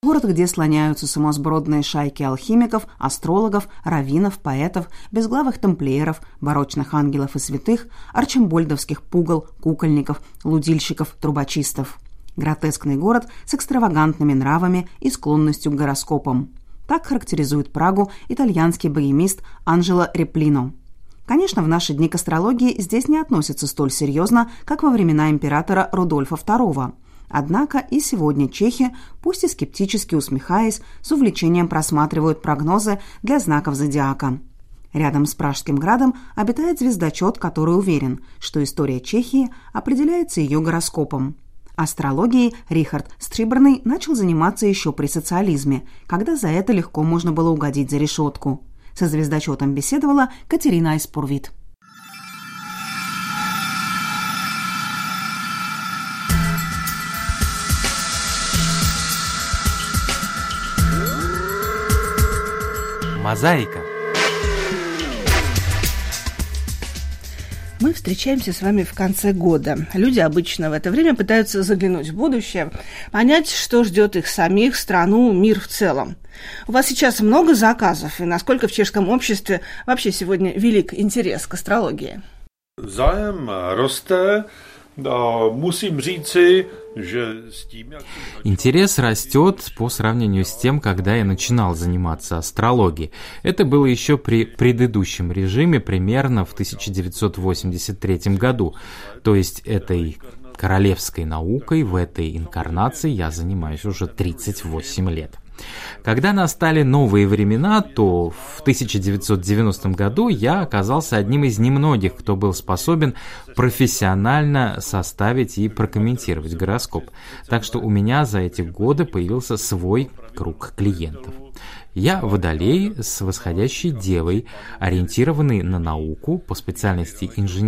Город, где слоняются сумасбродные шайки алхимиков, астрологов, раввинов, поэтов, безглавых тамплиеров, барочных ангелов и святых, арчимбольдовских пугал, кукольников, лудильщиков, трубочистов. Гротескный город с экстравагантными нравами и склонностью к гороскопам. Так характеризует Прагу итальянский богемист Анджело Реплино. Конечно, в наши дни к астрологии здесь не относятся столь серьезно, как во времена императора Рудольфа II. Однако и сегодня чехи, пусть и скептически усмехаясь, с увлечением просматривают прогнозы для знаков зодиака. Рядом с Пражским градом обитает звездочет, который уверен, что история Чехии определяется ее гороскопом. Астрологией Рихард Стриборный начал заниматься еще при социализме, когда за это легко можно было угодить за решетку. Со звездочетом беседовала Катерина Айспурвит. Мозаика. Мы встречаемся с вами в конце года. Люди обычно в это время пытаются заглянуть в будущее, понять, что ждет их самих, страну, мир в целом. У вас сейчас много заказов, и насколько в чешском обществе вообще сегодня велик интерес к астрологии? Zájem roste. Musím říci, že s tím, jak... Интерес растет по сравнению с тем, когда я начинал заниматься астрологией. Это было еще при предыдущем режиме, примерно в 1983 году. То есть этой королевской наукой в этой инкарнации я занимаюсь уже 38 лет. Когда настали новые времена, то в 1990 году я оказался одним из немногих, кто был способен профессионально составить и прокомментировать гороскоп. Так что у меня за эти годы появился свой круг клиентов. Я водолей с восходящей девой, ориентированный на науку, по специальности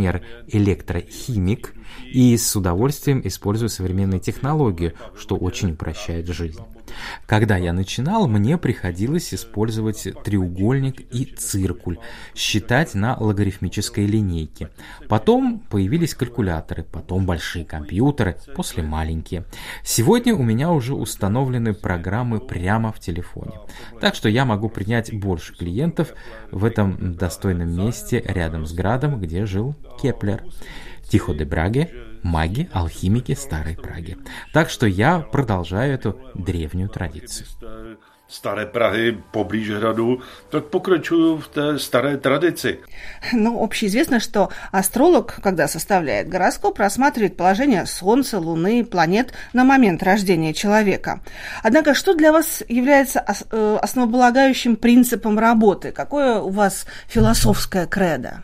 инженер-электрохимик, и с удовольствием использую современные технологии, что очень упрощает жизнь. Когда я начинал, мне приходилось использовать треугольник и циркуль, считать на логарифмической линейке. Потом появились калькуляторы, потом большие компьютеры, после маленькие. Сегодня у меня уже установлены программы прямо в телефоне. Так что я могу принять больше клиентов в этом достойном месте рядом с градом, где жил Кеплер. Тихо де Браге, маги, алхимики старой Праги. Так что я продолжаю эту древнюю традицию. Старé Prahy поближе граду, так пokračuju в té старой традиции. Ну, общеизвестно, что астролог, когда составляет гороскоп, рассматривает положение Солнца, Луны, планет на момент рождения человека. Однако, что для вас является основополагающим принципом работы? Какое у вас философское кредо?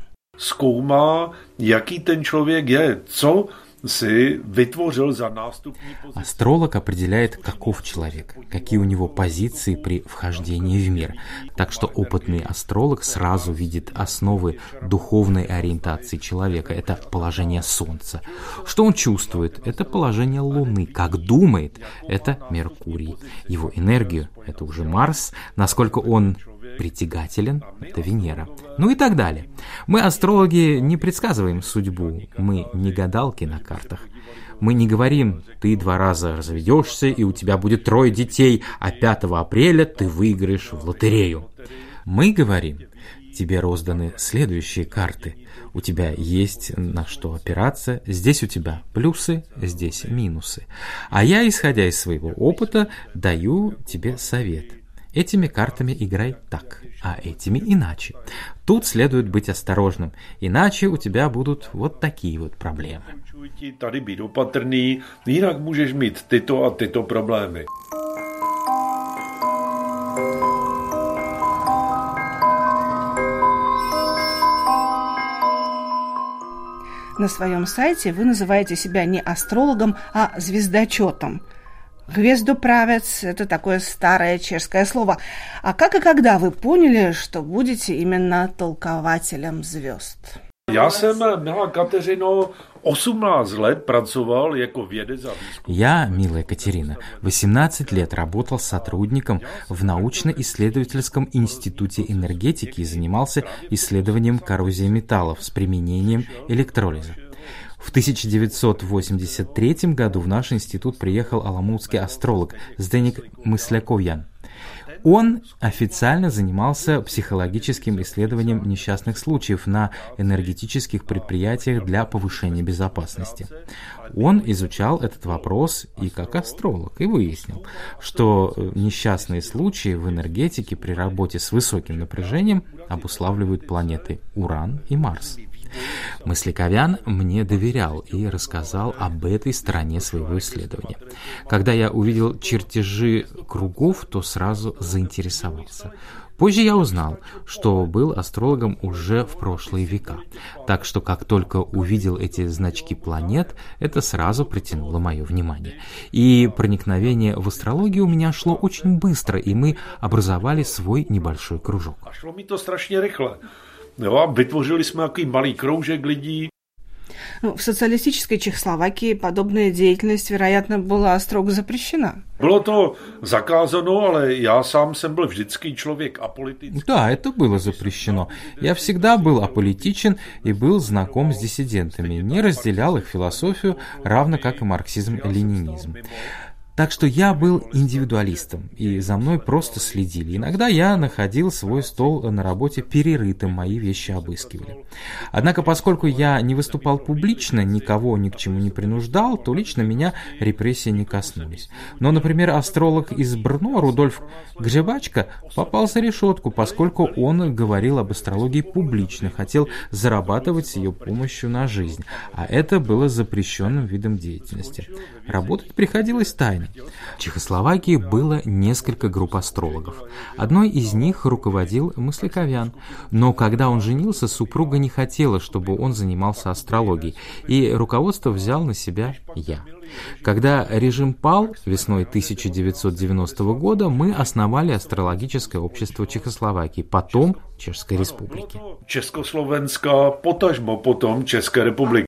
Zkoumá, jaký ten člověk je, co si vytvořil za nástupní pozici. Астролог определяет, каков человек, какие у него позиции при вхождении в мир. Так что опытный астролог сразу видит основы духовной ориентации человека. Это положение Солнца. Что он чувствует? Это положение Луны. Как думает? Это Меркурий. Его энергию? Это уже Марс. Насколько он притягателен, это Венера. Ну и так далее. Мы, астрологи, не предсказываем судьбу, мы не гадалки на картах. Мы не говорим, ты 2 раза разведешься, и у тебя будет 3 детей, а 5 апреля ты выиграешь в лотерею. Мы говорим, тебе розданы следующие карты. У тебя есть на что опираться, здесь у тебя плюсы, здесь минусы. А я, исходя из своего опыта, даю тебе совет. Этими картами играй так, а этими иначе. Тут следует быть осторожным, иначе у тебя будут вот такие вот проблемы. Tady být opatrný, jinak můžeš mít tyto a tyto problémy. На своем сайте вы называете себя не астрологом, а звездочетом. Гвездоправец – это такое старое чешское слово. А как и когда вы поняли, что будете именно толкователем звезд? Já jsem, milá Kateřino, 18 let pracoval jako vědec a výzkum. Я, милая Катерина, 18 лет работал сотрудником в научно-исследовательском институте энергетики и занимался исследованием коррозии металлов с применением электролиза. В 1983 году в наш институт приехал аламутский астролог Зdeněk Mysляковян. Он официально занимался психологическим исследованием несчастных случаев на энергетических предприятиях для повышения безопасности. Он изучал этот вопрос и как астролог, и выяснил, что несчастные случаи в энергетике при работе с высоким напряжением обуславливают планеты Уран и Марс. Mysляковян мне доверял и рассказал об этой стороне своего исследования. Когда я увидел чертежи кругов, то сразу заинтересовался. Позже я узнал, что был астрологом уже в прошлые века, так что как только увидел эти значки планет, это сразу притянуло мое внимание. И проникновение в астрологию у меня шло очень быстро, и мы образовали свой небольшой кружок. Šlo mi to strašně rychle. Jo, a vytvořili jsme takový malý kroužek lidí. В социалистической Чехословакии подобная деятельность, вероятно, была строго запрещена. Bylo to zakázáno, ale já sám jsem byl vždycky člověk apolitický. Да, это было запрещено. Я всегда был аполитичен и был знаком с диссидентами, не разделял их философию, равно как и марксизм и ленинизм. Так что я был индивидуалистом, и за мной просто следили. Иногда я находил свой стол на работе перерытым, мои вещи обыскивали. Однако, поскольку я не выступал публично, никого ни к чему не принуждал, то лично меня репрессии не коснулись. Но, например, астролог из Брно Рудольф Гжебачка попал за решетку, поскольку он говорил об астрологии публично, хотел зарабатывать с ее помощью на жизнь, а это было запрещенным видом деятельности. Работать приходилось тайно. В Чехословакии было несколько групп астрологов. Одной из них руководил Mysляковян, но когда он женился, супруга не хотела, чтобы он занимался астрологией, и руководство взял на себя я. Когда режим пал весной 1990 года, мы основали астрологическое общество Чехословакии, потом Чешской Республики. Československa, potažmo potom České republiky.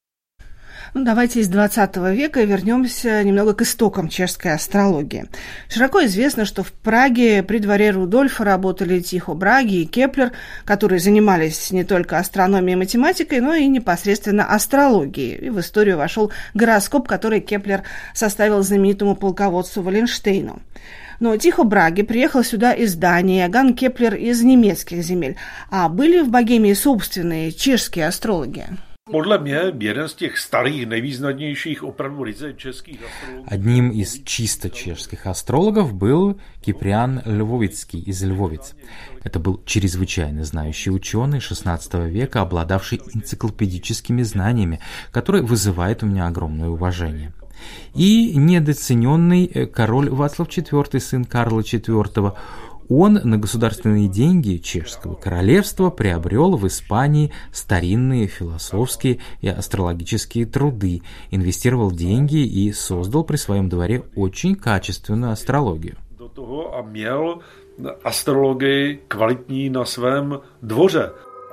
Давайте из 20 века вернемся немного к истокам чешской астрологии. Широко известно, что в Праге при дворе Рудольфа работали Тихо Браги и Кеплер, которые занимались не только астрономией и математикой, но и непосредственно астрологией. И в историю вошел гороскоп, который Кеплер составил знаменитому полководцу Валенштейну. Но Тихо Браги приехал сюда из Дании, а Ган Кеплер из немецких земель. А были в Богемии собственные чешские астрологи? Podle mě jeden z těch starých, nejvýznamnějších, opravdu ryze českých astrologů. Одним из чисто чешских астрологов был Киприан Львовицкий из Львовиц. Это был чрезвычайно знающий ученый XVI века, обладавший энциклопедическими знаниями, который вызывает у меня огромное уважение. И недооцененный король Вацлав IV, сын Карла IV, он на государственные деньги чешского королевства приобрел в Испании старинные философские и астрологические труды, инвестировал деньги и создал при своем дворе очень качественную астрологию. Do toho a měl astrologii kvalitní na svém dvoře.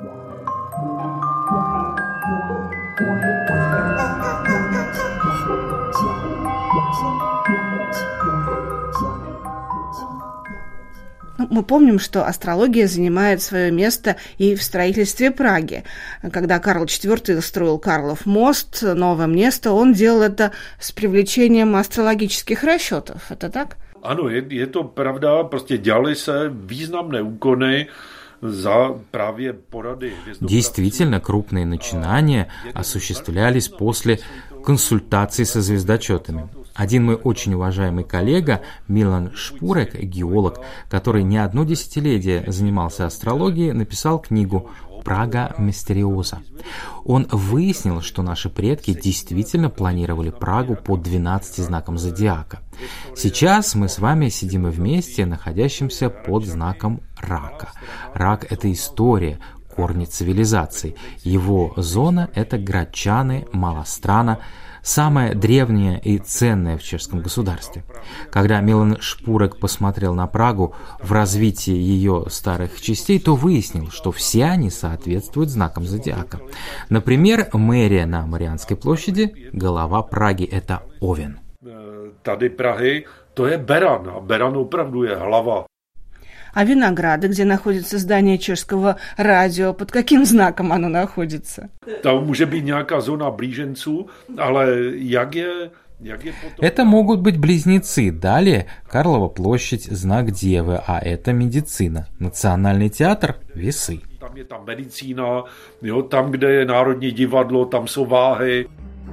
Мы помним, что астрология занимает свое место и в строительстве Праги. Когда Карл IV строил Карлов мост, новое место, он делал это с привлечением астрологических расчетов. Это так? Ano, je to pravda, prostě dělaly se významné úkony за právě порады. Действительно, крупные начинания осуществлялись после консультаций со звездочетами. Один мой очень уважаемый коллега, Милан Шпурек, геолог, который не одно десятилетие занимался астрологией, написал книгу «Прага Мистериоза». Он выяснил, что наши предки действительно планировали Прагу по 12 знакам зодиака. Сейчас мы с вами сидим вместе, находящимся под знаком Рака. Рак – это история, корни цивилизаций. Его зона – это Грачаны, Малострана, самая древняя и ценная в чешском государстве. Когда Милан Шпурек посмотрел на Прагу в развитии ее старых частей, то выяснил, что все они соответствуют знакам зодиака. Например, мэрия на Марианской площади, голова Праги – это Овен. Tady Prahy, to je beran, a beran opravdu je hlava. А Винограды, где находится здание чешского радио, под каким знаком оно находится? Там может быть nějaká zóna blíženců, ale jak je Это могут быть близнецы. Далее Карлова площадь, знак Девы, а это медицина. Национальный театр – весы. Tam je tam medicína, jo, tam, kde je Národní divadlo, tam jsou váhy.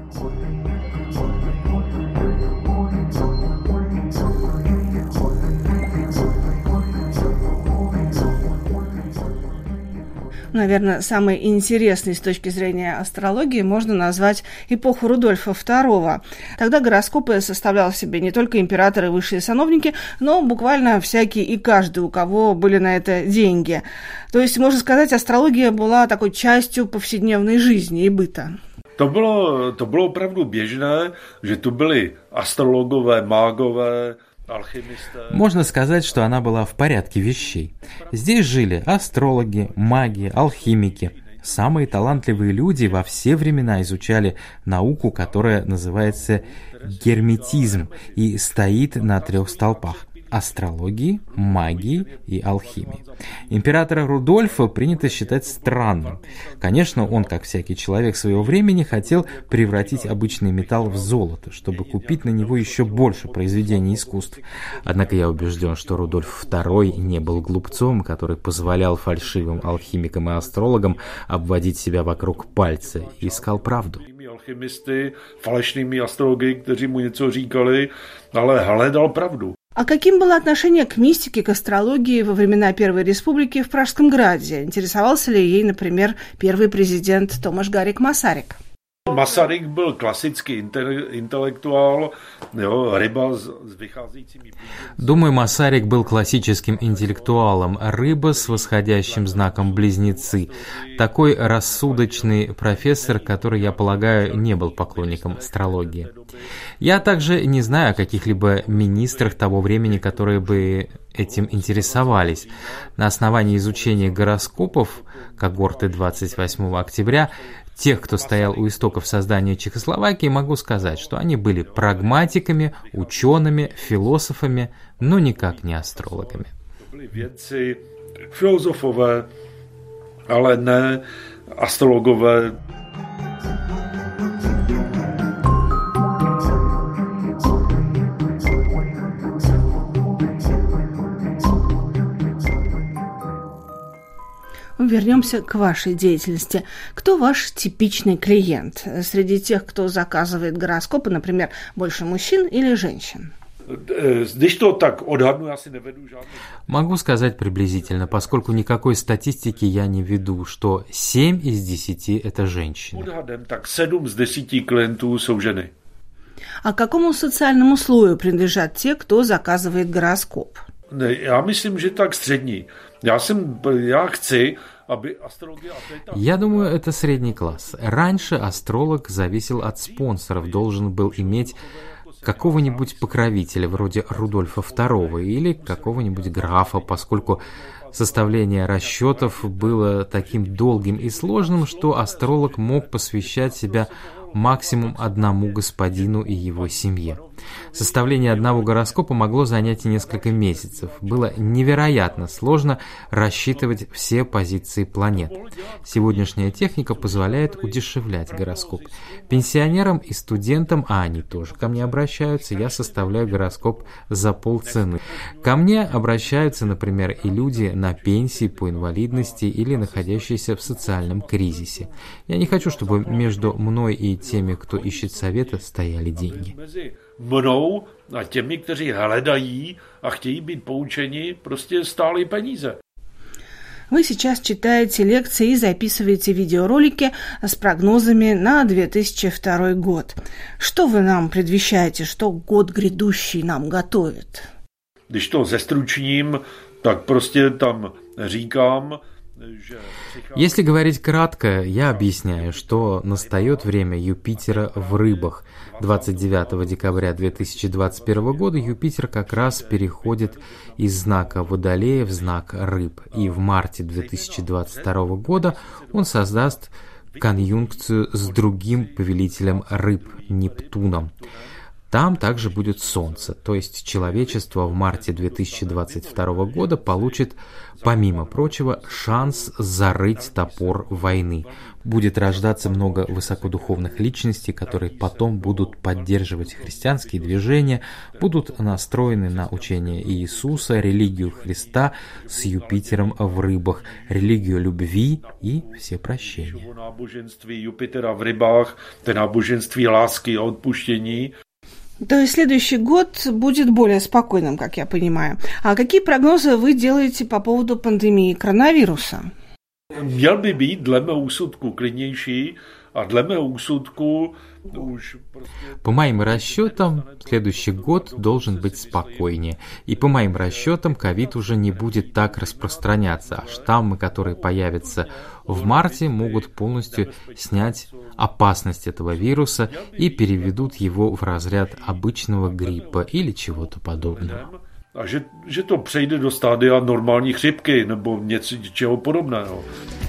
Наверное, самой интересной с точки зрения астрологии можно назвать эпоху Рудольфа II. Тогда гороскопы составлял в себе не только императоры и высшие сановники, но буквально всякий и каждый, у кого были на это деньги. То есть, можно сказать, астрология была такой частью повседневной жизни и быта. To bylo opravdu běžné, že tu byli astrologové, mágové, Можно сказать, что она была в порядке вещей. Здесь жили астрологи, маги, алхимики. Самые талантливые люди во все времена изучали науку, которая называется герметизм и стоит на 3 столпах – астрологии, магии и алхимии. Императора Рудольфа принято считать странным. Конечно, он, как всякий человек своего времени, хотел превратить обычный металл в золото, чтобы купить на него еще больше произведений искусств. Однако я убежден, что Рудольф II не был глупцом, который позволял фальшивым алхимикам и астрологам обводить себя вокруг пальца, и искал правду. Alchymisty, falešnými astrology, kteří mu něco říkali, ale hledal pravdu. А каким было отношение к мистике, к астрологии во времена Первой Республики в Пражском Граде? Интересовался ли ей, например, первый президент Томаш Гарик Масарик? Masaryk byl klasický intelektuál, jo, ryba s vycházejícími... Думаю, Масарик был классическим интеллектуалом, рыба с восходящим знаком близнецы. Такой рассудочный профессор, который, я полагаю, не был поклонником астрологии. Я также не знаю о каких-либо министрах того времени, которые бы этим интересовались. На основании изучения гороскопов когорты 28 октября тех, кто стоял у истоков создания Чехословакии, могу сказать, что они были прагматиками, учеными, философами, но никак не астрологами. Byli vědci, filozofové, ale ne astrologové. Вернемся к вашей деятельности. Кто ваш типичный клиент? Среди тех, кто заказывает гороскопы, например, больше мужчин или женщин? Могу сказать приблизительно, поскольку никакой статистики я не веду, что 7 из 10 это женщины. Tak 7 z 10 klientů jsou ženy. А к какому социальному слою принадлежат те, кто заказывает гороскоп? Já myslím, že tak střední. Já chci, aby astrologie... Я думаю, это средний класс. Раньше астролог зависел от спонсоров, должен был иметь какого-нибудь покровителя, вроде Рудольфа II или какого-нибудь графа, поскольку составление расчетов было таким долгим и сложным, что астролог мог посвящать себя максимум одному господину и его семье. Составление одного гороскопа могло занять и несколько месяцев. Было невероятно сложно рассчитывать все позиции планет. Сегодняшняя техника позволяет удешевлять гороскоп. Пенсионерам и студентам, а они тоже ко мне обращаются, я составляю гороскоп за полцены. Ко мне обращаются, например, и люди на пенсии по инвалидности или находящиеся в социальном кризисе. Я не хочу, чтобы между мной и теми, кто ищет совета, стояли деньги. Mnou a těmi, kteří hledají a chtějí být poučeni, prostě stály peníze. Вы сейчас читаете лекции и записываете видеоролики с прогнозами на 2002 год. Что вы нам предвещаете, что год грядущий нам готовит? Když to zestručním, tak prostě tam říkám, Если говорить кратко, я объясняю, что настает время Юпитера в рыбах. 29 декабря 2021 года Юпитер как раз переходит из знака Водолея в знак Рыб. И в марте 2022 года он создаст конъюнкцию с другим повелителем рыб, Нептуном. Там также будет солнце, то есть человечество в марте 2022 года получит, помимо прочего, шанс зарыть топор войны. Будет рождаться много высокодуховных личностей, которые потом будут поддерживать христианские движения, будут настроены на учение Иисуса, религию Христа с Юпитером в рыбах, религию любви и всепрощения. Юпитера в рыбах, это náboženství ласки, odpuštění. То есть следующий год будет более спокойным, как я понимаю. А какие прогнозы вы делаете по поводу пандемии коронавируса? Měl by být dle mého úsudku klidnější a dle mého úsudku už... По моим расчетам, следующий год должен быть спокойнее. И по моим расчетам, ковид уже не будет так распространяться, а штаммы, которые появятся в марте, могут полностью снять опасность этого вируса и переведут его в разряд обычного гриппа или чего-то подобного. A že to přejde do stádia normální chřipky nebo něčeho podobného.